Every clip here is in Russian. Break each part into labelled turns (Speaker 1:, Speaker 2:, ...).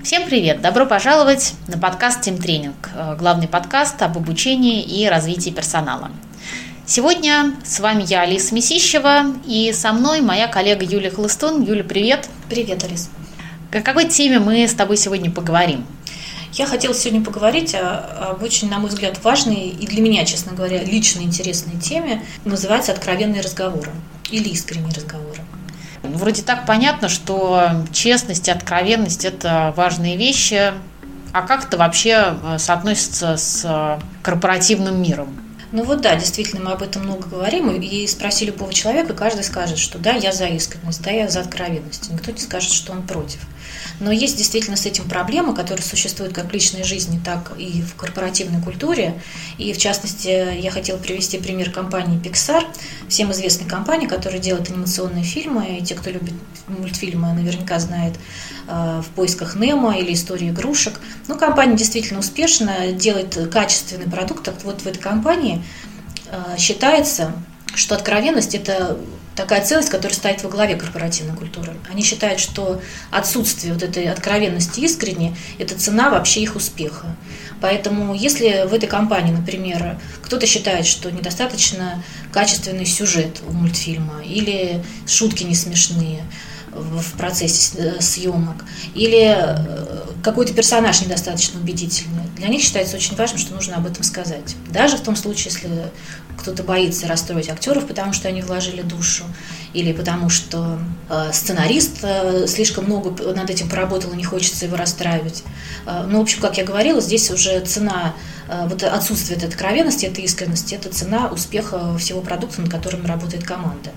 Speaker 1: Всем привет! Добро пожаловать на подкаст Team Training, главный подкаст об обучении и развитии персонала. Сегодня с вами я, Алиса Месищева, и со мной моя коллега Юлия Хлыстун. Юля, привет!
Speaker 2: Привет, Алис!
Speaker 1: О какой теме мы с тобой сегодня поговорим?
Speaker 2: Я хотела сегодня поговорить об очень, на мой взгляд, важной и для меня, честно говоря, лично интересной теме. Называется «Откровенные разговоры» или «Искренние разговоры».
Speaker 1: Вроде так понятно, что честность и откровенность – это важные вещи. А как это вообще соотносится с корпоративным миром?
Speaker 2: Ну вот да, действительно, мы об этом много говорим, и спроси любого человека, каждый скажет, что да, я за искренность, да, я за откровенность. Никто не скажет, что он против. Но есть действительно с этим проблемы, которые существуют как в личной жизни, так и в корпоративной культуре. И в частности, я хотела привести пример компании Pixar, всем известной компании, которая делает анимационные фильмы. И те, кто любит мультфильмы, наверняка знают «В поисках Немо» или «История игрушек». Но компания действительно успешно делает качественный продукт. Так вот, в этой компании считается, что откровенность – это такая ценность, которая стоит во главе корпоративной культуры. Они считают, что отсутствие вот этой откровенности искренне – это цена вообще их успеха. Поэтому если в этой компании, например, кто-то считает, что недостаточно качественный сюжет у мультфильма или шутки не смешные в процессе съемок, или какой-то персонаж недостаточно убедительный, для них считается очень важным, что нужно об этом сказать. Даже в том случае, если кто-то боится расстроить актеров, потому что они вложили душу, или потому что сценарист слишком много над этим поработал и не хочется его расстраивать. Ну, в общем, как я говорила, здесь уже цена, вот отсутствие этой откровенности, этой искренности, это цена успеха всего продукта, над которым работает команда.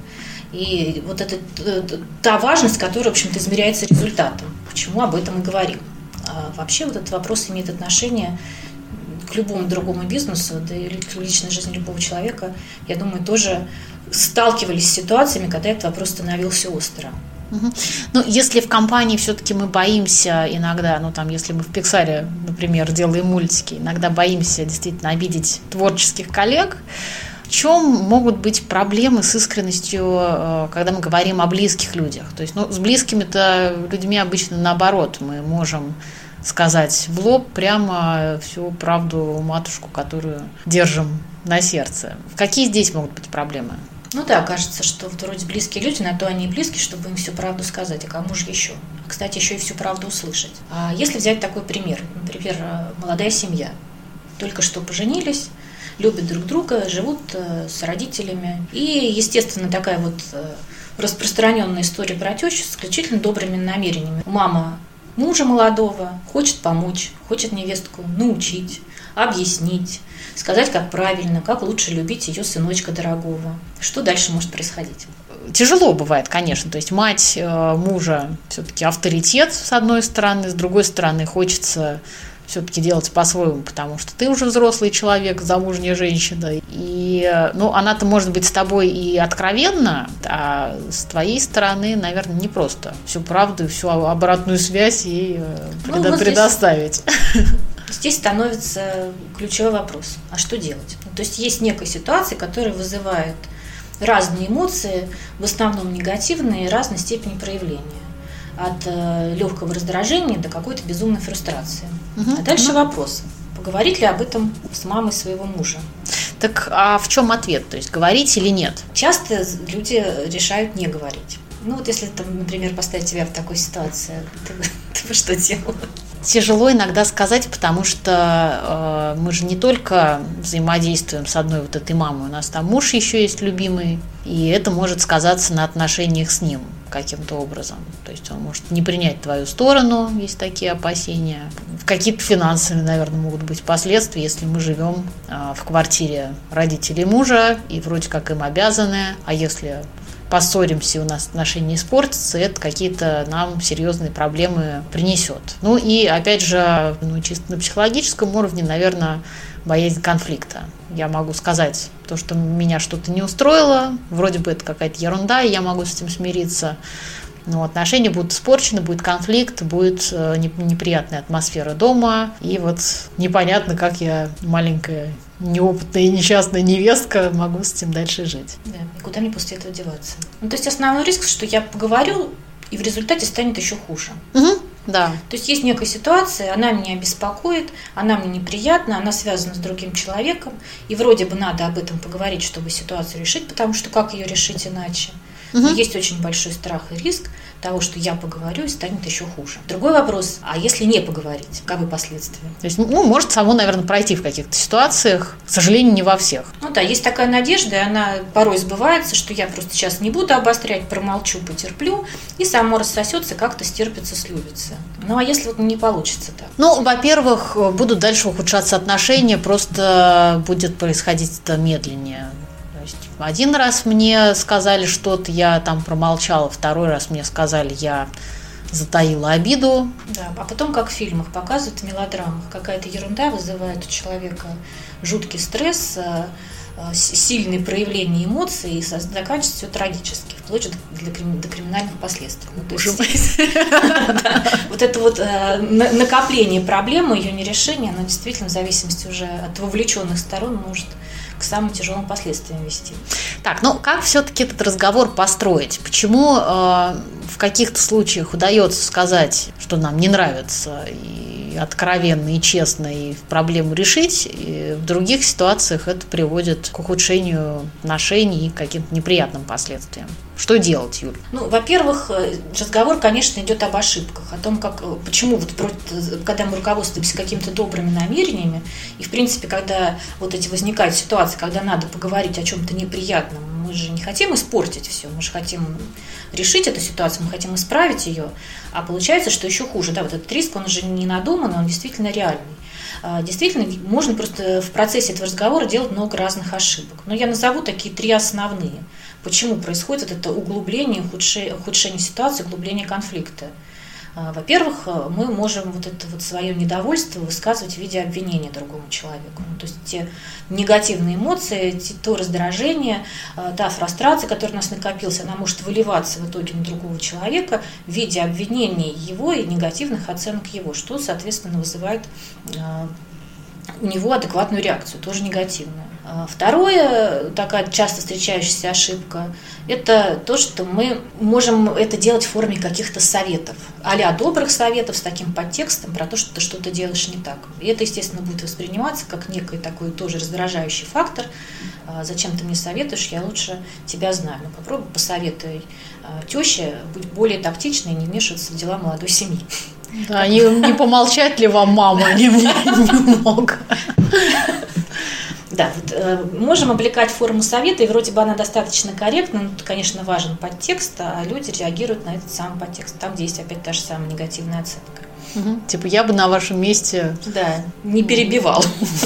Speaker 2: И вот это та важность, которая, в общем-то, измеряется результатом. Почему об этом и говорим. А вообще вот этот вопрос имеет отношение к любому другому бизнесу, да и к личной жизни любого человека. Я думаю, тоже сталкивались с ситуациями, когда этот вопрос становился острым.
Speaker 1: Ну, если в компании все-таки мы боимся иногда, ну, там, если мы в Pixar, например, делаем мультики, иногда боимся действительно обидеть творческих коллег, в чем могут быть проблемы с искренностью, когда мы говорим о близких людях? То есть, с близкими-то людьми обычно наоборот. Мы можем сказать в лоб прямо всю правду матушку, которую держим на сердце. Какие здесь могут быть проблемы?
Speaker 2: Ну да, кажется, что вроде близкие люди, на то они и близкие, чтобы им всю правду сказать, а кому же еще? Кстати, еще и всю правду услышать. А если взять такой пример, например, молодая семья, только что поженились, любят друг друга, живут с родителями. И, естественно, такая вот распространенная история про тещу с исключительно добрыми намерениями. Мама мужа молодого хочет помочь, хочет невестку научить, объяснить, сказать, как правильно, как лучше любить ее сыночка дорогого. Что дальше может происходить?
Speaker 1: Тяжело бывает, конечно. То есть мать мужа все-таки авторитет, с одной стороны, с другой стороны хочется все-таки делать по-своему, потому что ты уже взрослый человек, замужняя женщина. И, она-то может быть с тобой и откровенна, а с твоей стороны, наверное, не просто всю правду и всю обратную связь ей предоставить.
Speaker 2: Здесь становится ключевой вопрос. А что делать? То есть есть некая ситуация, которая вызывает разные эмоции, в основном негативные, разной степени проявления. От легкого раздражения до какой-то безумной фрустрации. А дальше вопрос. Поговорить ли об этом с мамой своего мужа?
Speaker 1: Так а в чем ответ? То есть говорить или нет?
Speaker 2: Часто люди решают не говорить. Если, например, поставить тебя в такой ситуации, ты бы что делала?
Speaker 1: Тяжело иногда сказать, потому что мы же не только взаимодействуем с одной вот этой мамой, у нас там муж еще есть любимый, и это может сказаться на отношениях с ним каким-то образом. То есть он может не принять твою сторону, есть такие опасения. Какие-то финансовые, наверное, могут быть последствия, если мы живем в квартире родителей мужа и вроде как им обязаны, а если поссоримся, у нас отношения испортятся, это какие-то нам серьезные проблемы принесет. И опять же, чисто на психологическом уровне, наверное, боязнь конфликта. Я могу сказать то, что меня что-то не устроило, вроде бы это какая-то ерунда, и я могу с этим смириться. Но отношения будут испорчены, будет конфликт, будет неприятная атмосфера дома, и непонятно, как я, маленькая, неопытная и несчастная невестка, могу с этим дальше жить.
Speaker 2: Да, и куда мне после этого деваться? То есть основной риск, что я поговорю, и в результате станет еще хуже.
Speaker 1: Да.
Speaker 2: То есть есть некая ситуация, она меня беспокоит, она мне неприятна, она связана с другим человеком, и вроде бы надо об этом поговорить, чтобы ситуацию решить, потому что как ее решить иначе? Но есть очень большой страх и риск того, что я поговорю и станет еще хуже. Другой вопрос, а если не поговорить, каковы последствия?
Speaker 1: То есть, может само, наверное, пройти в каких-то ситуациях, к сожалению, не во всех.
Speaker 2: Да, есть такая надежда, и она порой сбывается, что я просто сейчас не буду обострять, промолчу, потерплю, и само рассосется, как-то стерпится, слюбится. А если не получится так?
Speaker 1: Во-первых, будут дальше ухудшаться отношения, просто будет происходить это медленнее. Один раз мне сказали что-то, я там промолчала, второй раз мне сказали, я затаила обиду.
Speaker 2: Да, а потом, как в фильмах показывают, в мелодрамах, какая-то ерунда вызывает у человека жуткий стресс, сильные проявления эмоций, и заканчивается все трагически, вплоть до криминальных последствий. Вот это накопление проблемы, ее нерешение, оно действительно в зависимости уже от вовлеченных сторон может к самым тяжелым последствиям вести.
Speaker 1: Так, как все-таки этот разговор построить? Почему в каких-то случаях удается сказать, что нам не нравится, и откровенно, и честно, и проблему решить, и в других ситуациях это приводит к ухудшению отношений и к каким-то неприятным последствиям? Что делать, Юль?
Speaker 2: Во-первых, разговор, конечно, идет об ошибках, о том, почему когда мы руководствуемся какими-то добрыми намерениями, и, в принципе, когда возникают ситуации, когда надо поговорить о чем-то неприятном, мы же не хотим испортить все, мы же хотим решить эту ситуацию, мы хотим исправить ее, а получается, что еще хуже. Да, этот риск, он же не надуманный, он действительно реальный. Действительно, можно просто в процессе этого разговора делать много разных ошибок. Но я назову такие 3 основные. Почему происходит это углубление, ухудшение ситуации, углубление конфликта? Во-первых, мы можем это свое недовольство высказывать в виде обвинения другому человеку. То есть те негативные эмоции, то раздражение, та фрустрация, которая у нас накопилась, она может выливаться в итоге на другого человека в виде обвинения его и негативных оценок его, что, соответственно, вызывает у него адекватную реакцию, тоже негативную. Второе, такая часто встречающаяся ошибка, это то, что мы можем это делать в форме каких-то советов, а-ля добрых советов с таким подтекстом про то, что ты что-то делаешь не так. И это, естественно, будет восприниматься как некий такой тоже раздражающий фактор. Зачем ты мне советуешь, я лучше тебя знаю. Попробуй посоветуй теще быть более тактичной и не вмешиваться в дела молодой семьи.
Speaker 1: Да, не помолчать ли вам, мама, немного?
Speaker 2: Да, можем облекать форму совета, и вроде бы она достаточно корректна, но тут, конечно, важен подтекст, а люди реагируют на этот самый подтекст. Там, где есть опять та же самая негативная оценка.
Speaker 1: Типа, я бы на вашем месте...
Speaker 2: Да, не перебивал.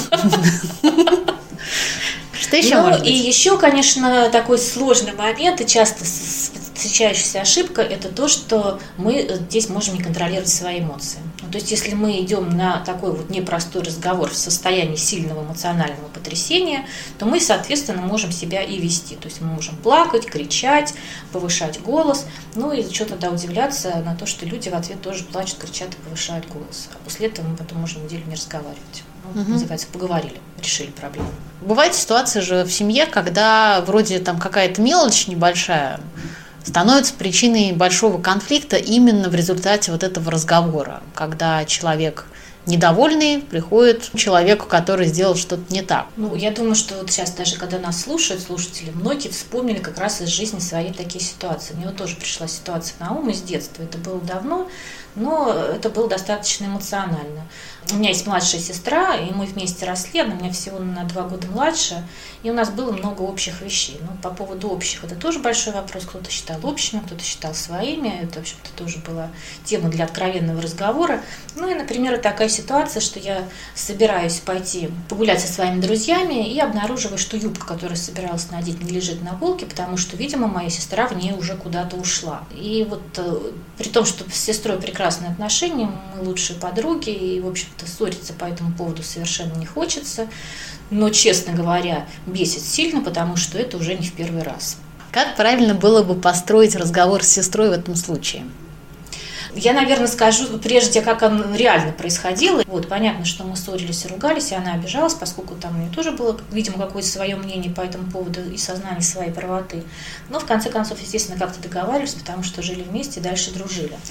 Speaker 1: Что еще может быть?
Speaker 2: И еще, конечно, такой сложный момент, и часто встречающаяся ошибка, это то, что мы здесь можем не контролировать свои эмоции. То есть, если мы идем на такой непростой разговор в состоянии сильного эмоционального потрясения, то мы, соответственно, можем себя и вести. То есть, мы можем плакать, кричать, повышать голос, и что тогда удивляться на то, что люди в ответ тоже плачут, кричат и повышают голос. А после этого мы потом можем неделю не разговаривать. Называется, поговорили, решили проблему.
Speaker 1: Бывает ситуация же в семье, когда вроде там какая-то мелочь небольшая становится причиной большого конфликта именно в результате этого разговора, когда человек недовольный приходит к человеку, который сделал что-то не так.
Speaker 2: Я думаю, что сейчас даже когда нас слушают слушатели, многие вспомнили как раз из жизни свои такие ситуации. Мне тоже пришла ситуация на ум из детства. Это было давно, но это было достаточно эмоционально. У меня есть младшая сестра, и мы вместе росли, она меня всего на 2 года младше, и у нас было много общих вещей. По поводу общих, это тоже большой вопрос, кто-то считал общими, кто-то считал своими, это, в общем-то, тоже была тема для откровенного разговора. И, например, такая ситуация, что я собираюсь пойти погулять со своими друзьями и обнаруживаю, что юбка, которую собиралась надеть, не лежит на полке, потому что, видимо, моя сестра в ней уже куда-то ушла. И при том, что с сестрой прекрасные отношения, мы лучшие подруги, и, в общем-то, ссориться по этому поводу совершенно не хочется, но, честно говоря, бесит сильно, потому что это уже не в первый раз.
Speaker 1: Как правильно было бы построить разговор с сестрой в этом случае?
Speaker 2: Я, наверное, скажу прежде, как он реально происходило. Понятно, что мы ссорились и ругались, и она обижалась, поскольку там у нее тоже было, видимо, какое-то свое мнение по этому поводу и сознание своей правоты. Но, в конце концов, естественно, как-то договаривались, потому что жили вместе и дальше дружили.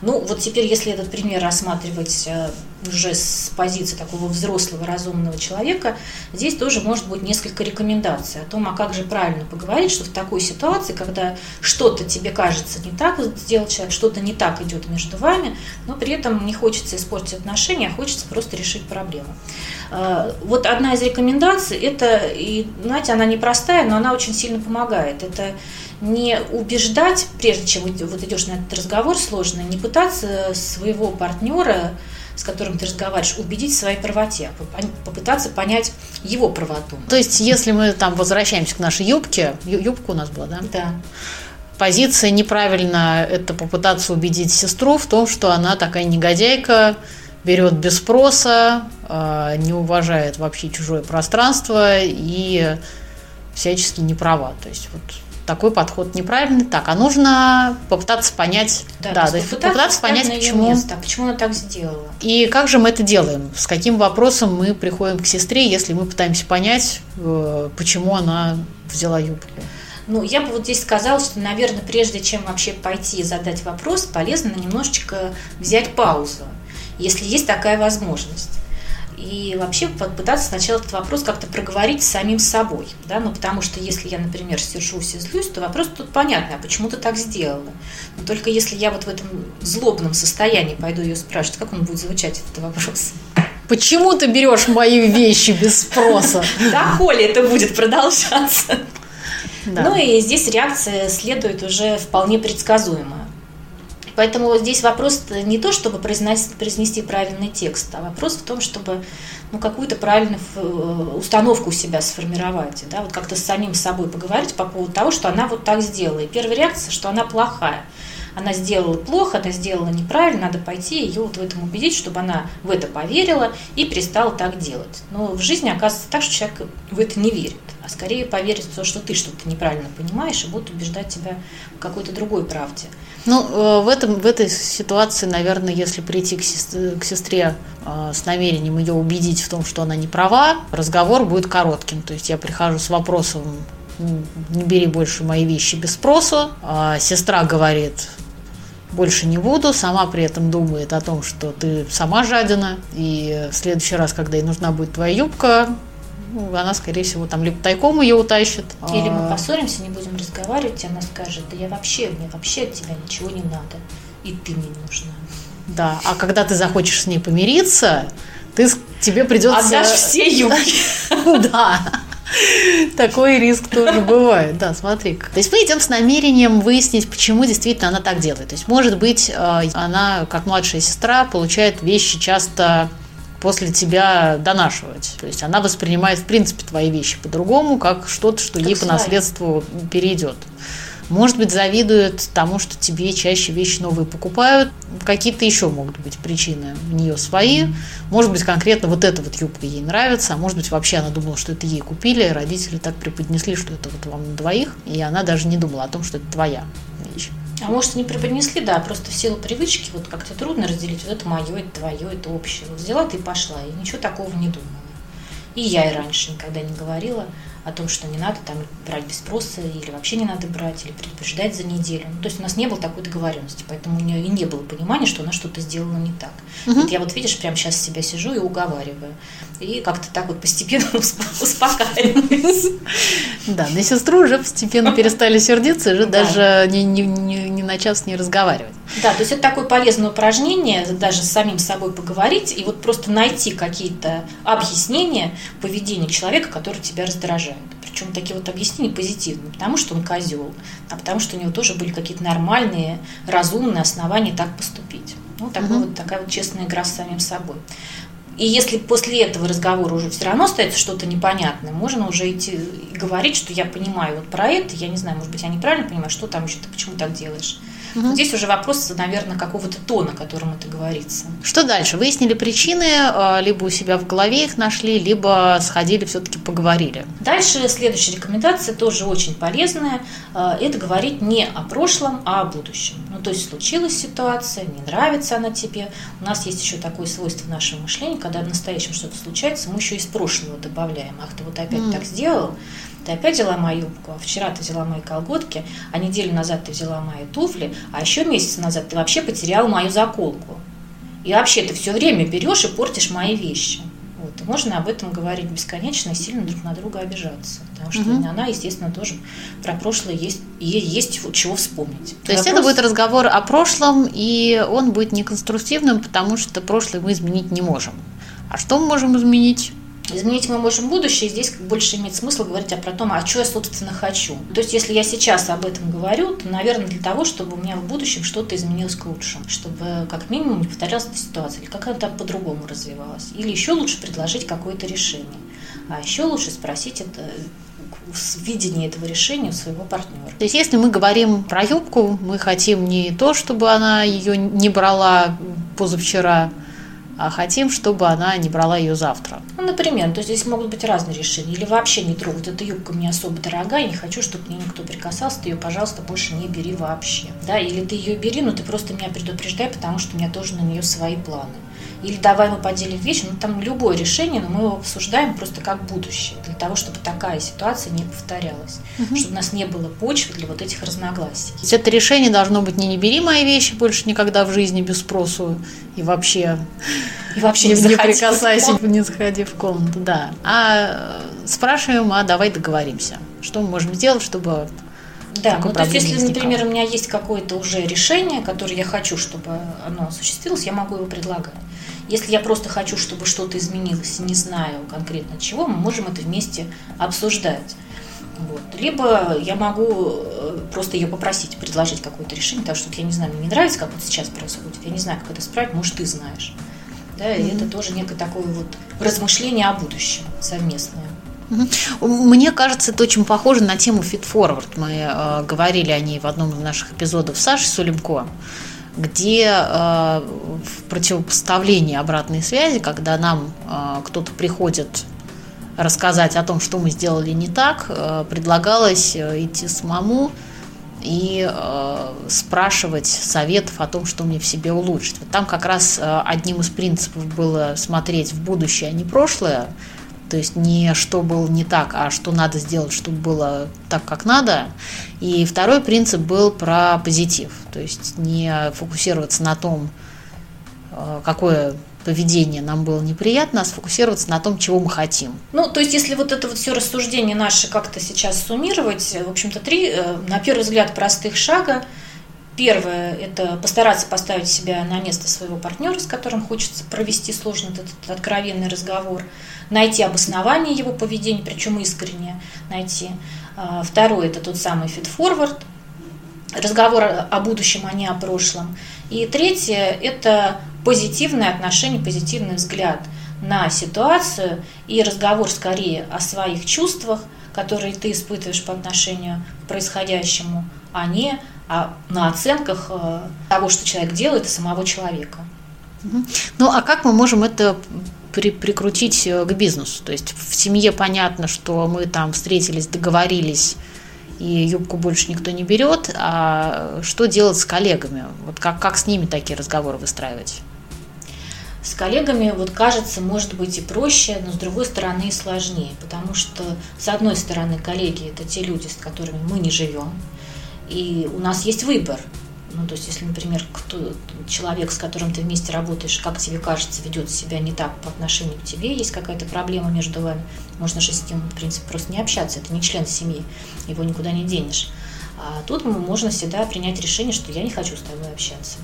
Speaker 2: Ну, вот теперь, если этот пример рассматривать уже с позиции такого взрослого, разумного человека, здесь тоже может быть несколько рекомендаций о том, а как же правильно поговорить, что в такой ситуации, когда что-то тебе кажется не так сделал человек, что-то не так идет между вами, но при этом не хочется испортить отношения, а хочется просто решить проблему. Вот одна из рекомендаций, это, и, знаете, она непростая, но она очень сильно помогает. Это не убеждать, прежде чем вот идешь на этот разговор сложный, не пытаться своего партнера, с которым ты разговариваешь, убедить в своей правоте, попытаться понять его правоту.
Speaker 1: То есть, если мы там возвращаемся к нашей юбке, юбка у нас была, да?
Speaker 2: Да.
Speaker 1: Позиция неправильно – это попытаться убедить сестру в том, что она такая негодяйка, берет без спроса, не уважает вообще чужое пространство и всячески не права. То есть, вот такой подход неправильный. Так, а нужно попытаться понять, попытаться понять,
Speaker 2: почему она так сделала.
Speaker 1: И как же мы это делаем? С каким вопросом мы приходим к сестре, если мы пытаемся понять, почему она взяла юбку?
Speaker 2: Ну, я бы вот здесь сказала, что, наверное, прежде чем вообще пойти и задать вопрос, полезно немножечко взять паузу, если есть такая возможность. И вообще попытаться сначала этот вопрос как-то проговорить с самим собой. Да? Ну, потому что если я, например, сержусь и злюсь, то вопрос тут понятный, а почему ты так сделала? Но только если я вот в этом злобном состоянии пойду ее спрашивать, как он будет звучать, этот вопрос?
Speaker 1: Почему ты берешь мои вещи без спроса?
Speaker 2: Да, Коля, это будет продолжаться.
Speaker 1: Да.
Speaker 2: Ну и здесь реакция следует уже вполне предсказуемая. Поэтому здесь вопрос не то, чтобы произнести правильный текст, а вопрос в том, чтобы какую-то правильную установку у себя сформировать, да, вот как-то с самим собой поговорить по поводу того, что она вот так сделала. И первая реакция, что она плохая. Она сделала плохо, она сделала неправильно, надо пойти ее вот в этом убедить, чтобы она в это поверила и перестала так делать. Но в жизни оказывается так, что человек в это не верит, а скорее поверит в то, что ты что-то неправильно понимаешь, и будет убеждать тебя в какой-то другой правде.
Speaker 1: Ну, в этой ситуации, наверное, если прийти к сестре с намерением ее убедить в том, что она не права, разговор будет коротким. То есть я прихожу с вопросом: не бери больше мои вещи без спроса. А сестра говорит: больше не буду, сама при этом думает о том, что ты сама жадина, и в следующий раз, когда ей нужна будет твоя юбка, она, скорее всего, там либо тайком ее утащит.
Speaker 2: Или мы поссоримся, не будем разговаривать, и она скажет: да мне вообще от тебя ничего не надо, и ты мне не нужна.
Speaker 1: Да, а когда ты захочешь с ней помириться, тебе придется...
Speaker 2: Отдашь все юбки.
Speaker 1: Да. Такой риск тоже бывает, да, смотри-ка. То есть мы идем с намерением выяснить, почему действительно она так делает. То есть, может быть, она, как младшая сестра, получает вещи часто после тебя донашивать. То есть она воспринимает, в принципе, твои вещи по-другому, как что-то, что ей по наследству перейдет. Может быть, завидует тому, что тебе чаще вещи новые покупают. Какие-то еще могут быть причины у нее свои. Может быть, конкретно вот эта вот юбка ей нравится, а может быть, вообще она думала, что это ей купили, и родители так преподнесли, что это вот вам на двоих, и она даже не думала о том, что это твоя вещь.
Speaker 2: А может, не преподнесли, да, просто в силу привычки вот как-то трудно разделить, вот это мое, это твое, это общее. Вот взяла ты и пошла, и ничего такого не думала. И я и раньше никогда не говорила о том, что не надо там брать без спроса, или вообще не надо брать, или предупреждать за неделю. То есть у нас не было такой договоренности, поэтому у нее и не было понимания, что она что-то сделала не так. Вот я вот, видишь, прямо сейчас себя сижу и уговариваю. И как-то так вот постепенно успокаиваюсь.
Speaker 1: Да, на сестру уже постепенно перестали сердиться, уже даже не начав с ней разговаривать.
Speaker 2: Да, то есть это такое полезное упражнение, даже с самим собой поговорить и вот просто найти какие-то объяснения поведения человека, который тебя раздражает. Причем такие вот объяснения позитивные, потому что он козел, а потому что у него тоже были какие-то нормальные, разумные основания так поступить. Ну, такая вот честная игра с самим собой. И если после этого разговора уже все равно остается что-то непонятное, можно уже идти и говорить, что я понимаю вот про это, я не знаю, может быть, я неправильно понимаю, что там еще, ты почему так делаешь. Здесь уже вопрос, наверное, какого-то тона, которым это говорится.
Speaker 1: Что дальше? Выяснили причины, либо у себя в голове их нашли, либо сходили, все-таки поговорили.
Speaker 2: Дальше следующая рекомендация, тоже очень полезная, это говорить не о прошлом, а о будущем. Ну, то есть случилась ситуация, не нравится она тебе. У нас есть еще такое свойство нашего мышления, когда в настоящем что-то случается, мы еще из прошлого добавляем. Ах, ты вот опять так сделал. Ты опять взяла мою юбку, а вчера ты взяла мои колготки, а неделю назад ты взяла мои туфли, а еще месяц назад ты вообще потеряла мою заколку. И вообще ты все время берешь и портишь мои вещи. Вот. И можно об этом говорить бесконечно и сильно друг на друга обижаться. Потому что она, естественно, тоже про прошлое есть чего вспомнить.
Speaker 1: То есть это будет разговор о прошлом, и он будет неконструктивным, потому что прошлое мы изменить не можем. А что мы можем изменить?
Speaker 2: Изменить мы можем будущее, здесь больше имеет смысл говорить про то, а что я, собственно, хочу. То есть, если я сейчас об этом говорю, то, наверное, для того, чтобы у меня в будущем что-то изменилось к лучшему, чтобы как минимум не повторялась эта ситуация, или как-то по-другому развивалась. Или еще лучше предложить какое-то решение. А еще лучше спросить это видение этого решения у своего партнера.
Speaker 1: То есть, если мы говорим про юбку, мы хотим не то, чтобы она ее не брала позавчера, а хотим, чтобы она не брала ее завтра.
Speaker 2: Ну, например, то есть здесь могут быть разные решения. Или вообще не трогай, вот эта юбка мне особо дорогая, я не хочу, чтобы к ней никто прикасался, ты ее, пожалуйста, больше не бери вообще. Да, или ты ее бери, но ты просто меня предупреждай, потому что у меня тоже на нее свои планы. Или давай мы поделим вещи, там любое решение, но мы его обсуждаем просто как будущее, для того, чтобы такая ситуация не повторялась, чтобы у нас не было почвы для вот этих разногласий.
Speaker 1: То есть это решение должно быть не бери мои вещи больше никогда в жизни без спросу и вообще не прикасайся, не заходи в комнату, да. А спрашиваем, давай договоримся, что мы можем сделать, чтобы...
Speaker 2: Да, то есть если, например, у меня есть какое-то уже решение, которое я хочу, чтобы оно осуществилось, я могу его предлагать. Если я просто хочу, чтобы что-то изменилось, и не знаю конкретно чего, мы можем это вместе обсуждать. Вот. Либо я могу просто ее попросить, предложить какое-то решение, потому что я не знаю, мне не нравится, как это сейчас происходит, я не знаю, как это исправить, может, ты знаешь. Да, и это тоже некое такое вот размышление о будущем совместное.
Speaker 1: Мне кажется, это очень похоже на тему Feed Forward. Мы говорили о ней в одном из наших эпизодов с Сашей Сулимко, где в противопоставлении обратной связи, когда нам кто-то приходит рассказать о том, что мы сделали не так, предлагалось идти самому и спрашивать советов о том, что мне в себе улучшить. Вот там как раз одним из принципов было смотреть в будущее, а не прошлое. То есть не что было не так, а что надо сделать, чтобы было так, как надо. И второй принцип был про позитив. То есть не фокусироваться на том, какое поведение нам было неприятно, а сфокусироваться на том, чего мы хотим.
Speaker 2: Ну, то есть, если вот это вот все рассуждение наше как-то сейчас суммировать, в общем-то, 3, на первый взгляд, простых шага. Первое – это постараться поставить себя на место своего партнера, с которым хочется провести сложный этот откровенный разговор, найти обоснование его поведения, причем искренне найти. Второе – это тот самый feed-forward, разговор о будущем, а не о прошлом. И третье – это позитивное отношение, позитивный взгляд на ситуацию и разговор скорее о своих чувствах, которые ты испытываешь по отношению к происходящему, а не на оценках того, что человек делает, и самого человека.
Speaker 1: Ну, а как мы можем это прикрутить к бизнесу? То есть в семье понятно, что мы там встретились, договорились, и юбку больше никто не берет, а что делать с коллегами? Вот как с ними такие разговоры выстраивать?
Speaker 2: С коллегами, вот кажется, может быть и проще, но с другой стороны и сложнее, потому что, с одной стороны, коллеги – это те люди, с которыми мы не живем, и у нас есть выбор. Ну, то есть, если, например, человек, с которым ты вместе работаешь, как тебе кажется, ведет себя не так по отношению к тебе, есть какая-то проблема между вами, можно же с ним, в принципе, просто не общаться, это не член семьи, его никуда не денешь. А тут можно всегда принять решение, что я не хочу с тобой общаться.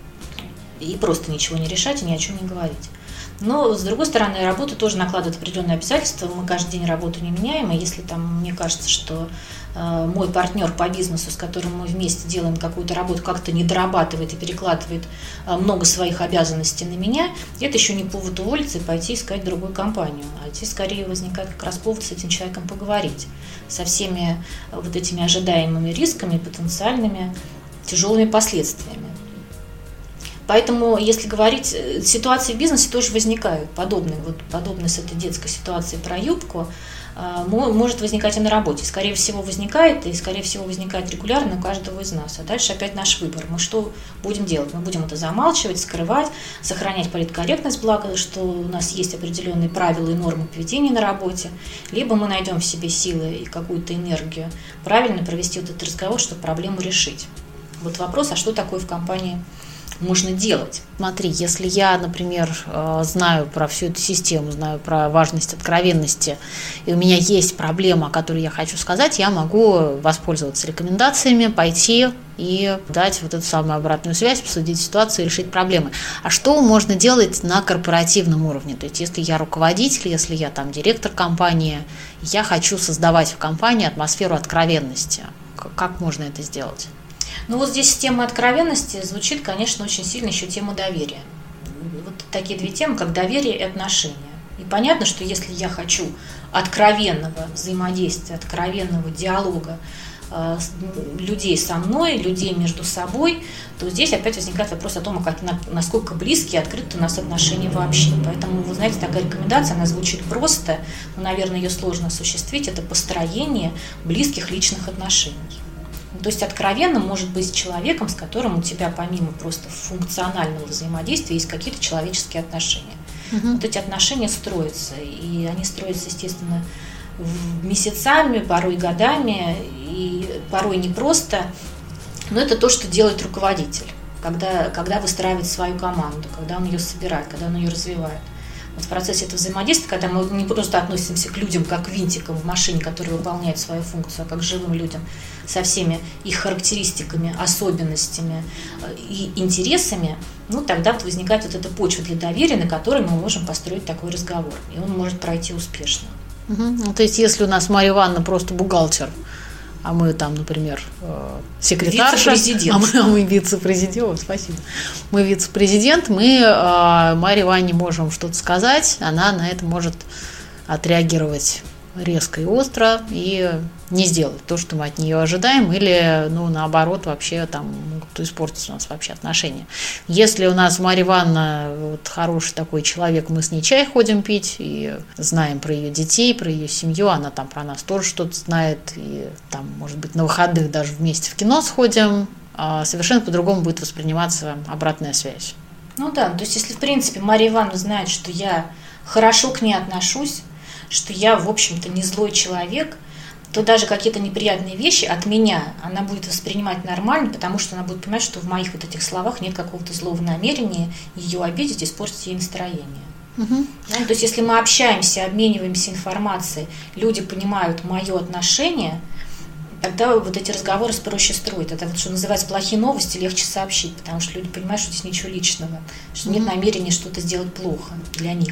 Speaker 2: И просто ничего не решать и ни о чем не говорить. Но, с другой стороны, работа тоже накладывает определенные обязательства. Мы каждый день работу не меняем, и если там, мне кажется, что мой партнер по бизнесу, с которым мы вместе делаем какую-то работу, как-то не дорабатывает и перекладывает много своих обязанностей на меня, это еще не повод уволиться и пойти искать другую компанию. А здесь скорее возникает как раз повод с этим человеком поговорить. Со всеми вот этими ожидаемыми рисками, потенциальными тяжелыми последствиями. Поэтому, если говорить, ситуации в бизнесе тоже возникают, подобные с этой детской ситуацией про юбку, может возникать и на работе. Скорее всего, возникает регулярно у каждого из нас. А дальше опять наш выбор. Мы что будем делать? Мы будем это замалчивать, скрывать, сохранять политкорректность, благо, что у нас есть определенные правила и нормы поведения на работе. Либо мы найдем в себе силы и какую-то энергию правильно провести вот этот разговор, чтобы проблему решить. Вот вопрос, а что такое в компании можно делать?
Speaker 1: Смотри, если я, например, знаю про всю эту систему, знаю про важность откровенности, и у меня есть проблема, о которой я хочу сказать, я могу воспользоваться рекомендациями, пойти и дать вот эту самую обратную связь, обсудить ситуацию и решить проблемы. А что можно делать на корпоративном уровне? То есть, если я руководитель, если я там директор компании, я хочу создавать в компании атмосферу откровенности. Как можно это сделать?
Speaker 2: Ну вот здесь тема откровенности звучит, конечно, очень сильно еще тема доверия. Вот такие две темы, как доверие и отношения. И понятно, что если я хочу откровенного взаимодействия, откровенного диалога людей со мной, людей между собой, то здесь опять возникает вопрос о том, насколько близкие и открыты у нас отношения вообще. Поэтому, вы знаете, такая рекомендация, она звучит просто, но, наверное, ее сложно осуществить, это построение близких личных отношений. То есть откровенным может быть человеком, с которым у тебя помимо просто функционального взаимодействия есть какие-то человеческие отношения. Вот эти отношения строятся, и они строятся, естественно, месяцами, порой годами, и порой непросто, но это то, что делает руководитель, когда выстраивает свою команду, когда он ее собирает, когда он ее развивает. Вот в процессе этого взаимодействия, когда мы не просто относимся к людям как к винтикам в машине, которые выполняют свою функцию, а как к живым людям со всеми их характеристиками, особенностями и интересами, тогда вот возникает вот эта почва для доверия, на которой мы можем построить такой разговор, и он может пройти успешно.
Speaker 1: То есть, если у нас Марья Ивановна просто бухгалтер, а мы там, например, секретарша, а мы вице-президент, спасибо. Мы вице-президент, мы Марье Ивановне можем что-то сказать, она на это может отреагировать резко и остро и не сделать то, что мы от нее ожидаем, или, наоборот, вообще там могут испортить у нас вообще отношения. Если у нас Марья Ивановна хороший такой человек, мы с ней чай ходим пить и знаем про ее детей, про ее семью, она там про нас тоже что-то знает, и там, может быть, на выходных даже вместе в кино сходим, совершенно по-другому будет восприниматься обратная связь.
Speaker 2: То есть если, в принципе, Марья Ивановна знает, что я хорошо к ней отношусь, что я, в общем-то, не злой человек, то даже какие-то неприятные вещи от меня она будет воспринимать нормально, потому что она будет понимать, что в моих вот этих словах нет какого-то злого намерения ее обидеть, испортить ей настроение. То есть если мы общаемся, обмениваемся информацией, люди понимают мое отношение, тогда вот эти разговоры проще строить. Это что называется плохие новости легче сообщить, потому что люди понимают, что здесь ничего личного, что нет намерения что-то сделать плохо для них.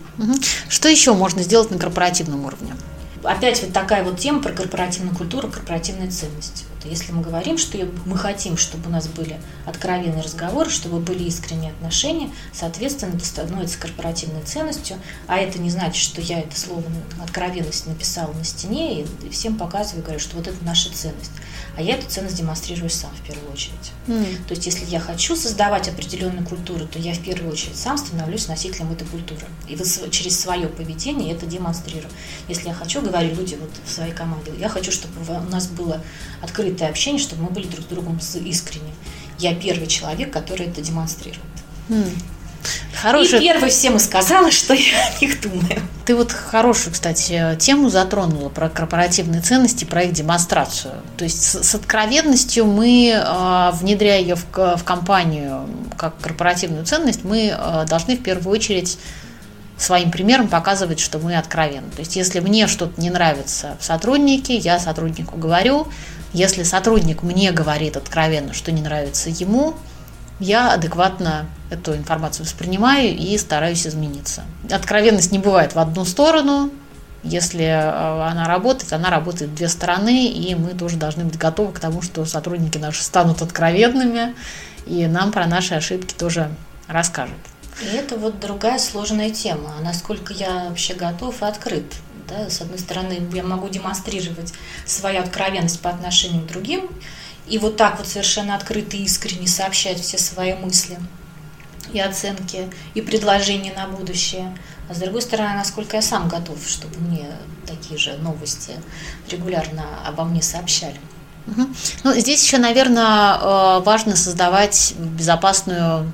Speaker 1: Что еще можно сделать на корпоративном уровне?
Speaker 2: Опять вот такая вот тема про корпоративную культуру, корпоративные ценности. Если мы говорим, что мы хотим, чтобы у нас были откровенные разговоры, чтобы были искренние отношения, соответственно, это становится корпоративной ценностью, а это не значит, что я это слово «откровенность» написала на стене и всем показываю, говорю, что вот это наша ценность. А я эту ценность демонстрирую сам в первую очередь. То есть, если я хочу создавать определенную культуру, то я в первую очередь сам становлюсь носителем этой культуры. И вот через свое поведение это демонстрирую. Если я хочу, говорю люди в своей команде, я хочу, чтобы у нас было открытое общение, чтобы мы были друг с другом искренни. Я первый человек, который это демонстрирует. И первой всем и сказала, что я о них думаю.
Speaker 1: Ты хорошую, кстати, тему затронула про корпоративные ценности, про их демонстрацию. То есть с откровенностью мы, внедряя ее в компанию как корпоративную ценность, мы должны в первую очередь своим примером показывать, что мы откровенны. То есть если мне что-то не нравится в сотруднике, я сотруднику говорю. Если сотрудник мне говорит откровенно, что не нравится ему, я адекватно эту информацию воспринимаю и стараюсь измениться. Откровенность не бывает в одну сторону. Если она работает в две стороны, и мы тоже должны быть готовы к тому, что сотрудники наши станут откровенными, и нам про наши ошибки тоже расскажут.
Speaker 2: И это другая сложная тема, насколько я вообще готов и открыт. Да? С одной стороны, я могу демонстрировать свою откровенность по отношению к другим, и так совершенно открыто и искренне сообщать все свои мысли. и оценки, и предложения на будущее. А с другой стороны, насколько я сам готов, чтобы мне такие же новости регулярно обо мне сообщали.
Speaker 1: Ну, здесь еще, наверное, важно создавать безопасную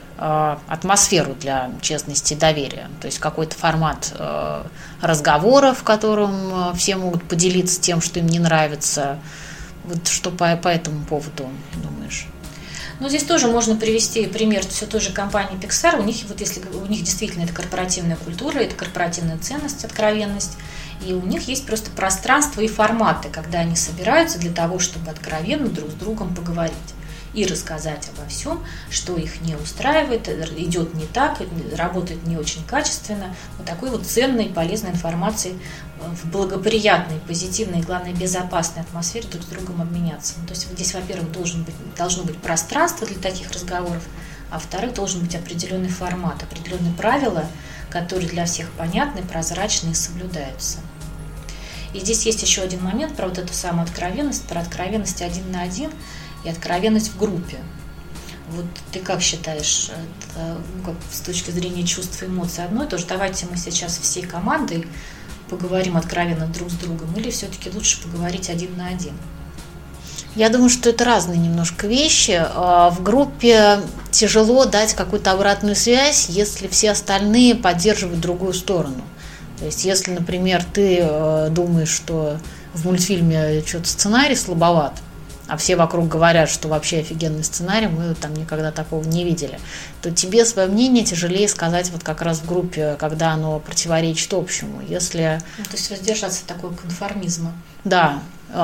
Speaker 1: атмосферу для честности и доверия. То есть какой-то формат разговора, в котором все могут поделиться тем, что им не нравится. Вот что по этому поводу думаешь?
Speaker 2: Ну, здесь тоже можно привести пример все той же компании Pixar. У них, вот если у них действительно это корпоративная культура, это корпоративная ценность, откровенность, и у них есть просто пространство и форматы, когда они собираются для того, чтобы откровенно друг с другом поговорить и рассказать обо всем, что их не устраивает, идет не так, работает не очень качественно. Вот такой вот ценной, полезной информации в благоприятной, позитивной и, главное, безопасной атмосфере друг с другом обменяться. То есть здесь, во-первых, должно быть пространство для таких разговоров, а во-вторых, должен быть определенный формат, определенные правила, которые для всех понятны, прозрачны и соблюдаются. И здесь есть еще один момент про вот эту самую откровенность, про откровенность 1 на 1 и откровенность в группе. Вот ты как считаешь, это, как с точки зрения чувств и эмоций одно и то же? Давайте мы сейчас всей командой поговорим откровенно друг с другом, или все-таки лучше поговорить 1 на 1?
Speaker 1: Я думаю, что это разные немножко вещи. В группе тяжело дать какую-то обратную связь, если все остальные поддерживают другую сторону. То есть, если, например, ты думаешь, что в мультфильме что-то сценарий слабоват, а все вокруг говорят, что вообще офигенный сценарий, мы там никогда такого не видели, то тебе свое мнение тяжелее сказать вот как раз в группе, когда оно противоречит общему. Если...
Speaker 2: то есть воздержаться от такого конформизма.
Speaker 1: Да.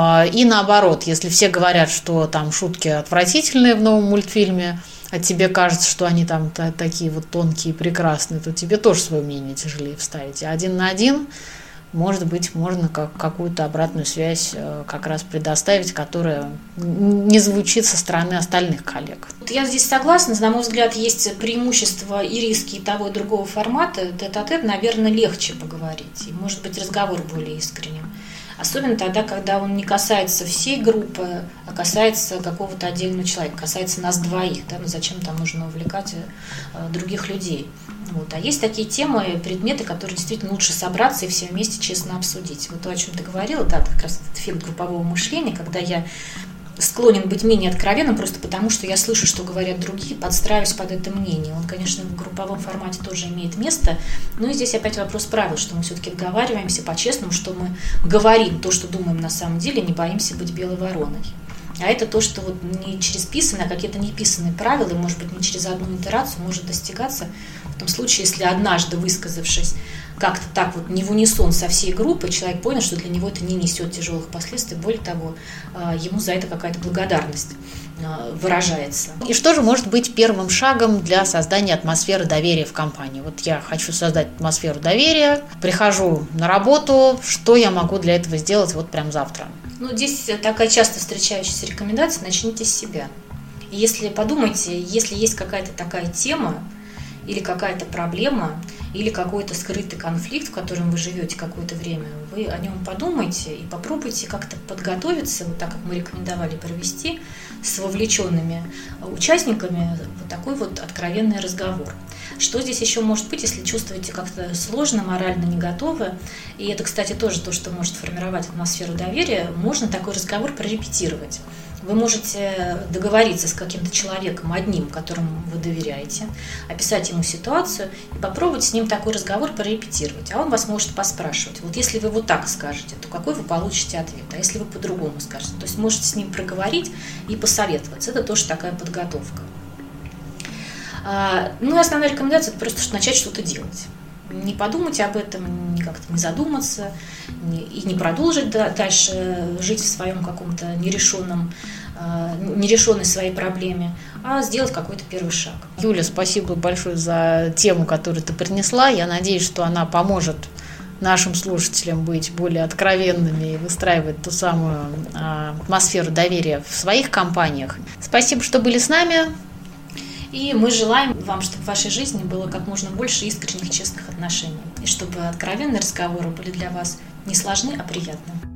Speaker 1: И наоборот, если все говорят, что там шутки отвратительные в новом мультфильме, а тебе кажется, что они там такие вот тонкие и прекрасные, то тебе тоже свое мнение тяжелее вставить. А 1 на 1, может быть, можно какую-то обратную связь как раз предоставить, которая не звучит со стороны остальных коллег.
Speaker 2: Я здесь согласна. На мой взгляд, есть преимущества и риски и того, и другого формата. Тет-а-тет, наверное, легче поговорить. И, может быть, разговор более искренним. Особенно тогда, когда он не касается всей группы, а касается какого-то отдельного человека, касается нас двоих. Да? Ну, зачем там нужно увлекать других людей? Вот. А есть такие темы, предметы, которые действительно лучше собраться и все вместе честно обсудить. Вот то, о чем ты говорила, да, как раз этот эффект группового мышления, когда я склонен быть менее откровенным просто потому, что я слышу, что говорят другие, подстраиваюсь под это мнение. Он, конечно, в групповом формате тоже имеет место, но и здесь опять вопрос правил, что мы все-таки договариваемся по-честному, что мы говорим то, что думаем на самом деле, не боимся быть белой вороной. А это то, что вот не через писанные, а какие-то неписанные правила, и, может быть, не через одну итерацию может достигаться в том случае, если однажды высказавшись как-то так вот не в унисон со всей группой, человек понял, что для него это не несет тяжелых последствий, более того, ему за это какая-то благодарность выражается.
Speaker 1: И что же может быть первым шагом для создания атмосферы доверия в компании? Вот я хочу создать атмосферу доверия, прихожу на работу, что я могу для этого сделать вот прям завтра?
Speaker 2: Ну, здесь такая часто встречающаяся рекомендация: начните с себя. И если подумайте, если есть какая-то такая тема, или какая-то проблема, или какой-то скрытый конфликт, в котором вы живете какое-то время, вы о нем подумайте и попробуйте как-то подготовиться, вот так, как мы рекомендовали, провести с вовлеченными участниками вот такой вот откровенный разговор. Что здесь еще может быть, если чувствуете как-то сложно, морально не готовы? И это, кстати, тоже то, что может формировать атмосферу доверия. Можно такой разговор прорепетировать. Вы можете договориться с каким-то человеком одним, которому вы доверяете, описать ему ситуацию и попробовать с ним такой разговор прорепетировать. А он вас может поспрашивать. Вот если вы вот так скажете, то какой вы получите ответ? А если вы по-другому скажете? То есть можете с ним проговорить и посоветоваться. Это тоже такая подготовка. Ну и основная рекомендация – это просто начать что-то делать. Не подумать об этом, как-то не задуматься и не продолжить дальше жить в своем каком-то нерешенной своей проблеме, а сделать какой-то первый шаг.
Speaker 1: Юля, спасибо большое за тему, которую ты принесла. Я надеюсь, что она поможет нашим слушателям быть более откровенными и выстраивать ту самую атмосферу доверия в своих компаниях. Спасибо, что были с нами.
Speaker 2: И мы желаем вам, чтобы в вашей жизни было как можно больше искренних, честных отношений. И чтобы откровенные разговоры были для вас не сложны, а приятны.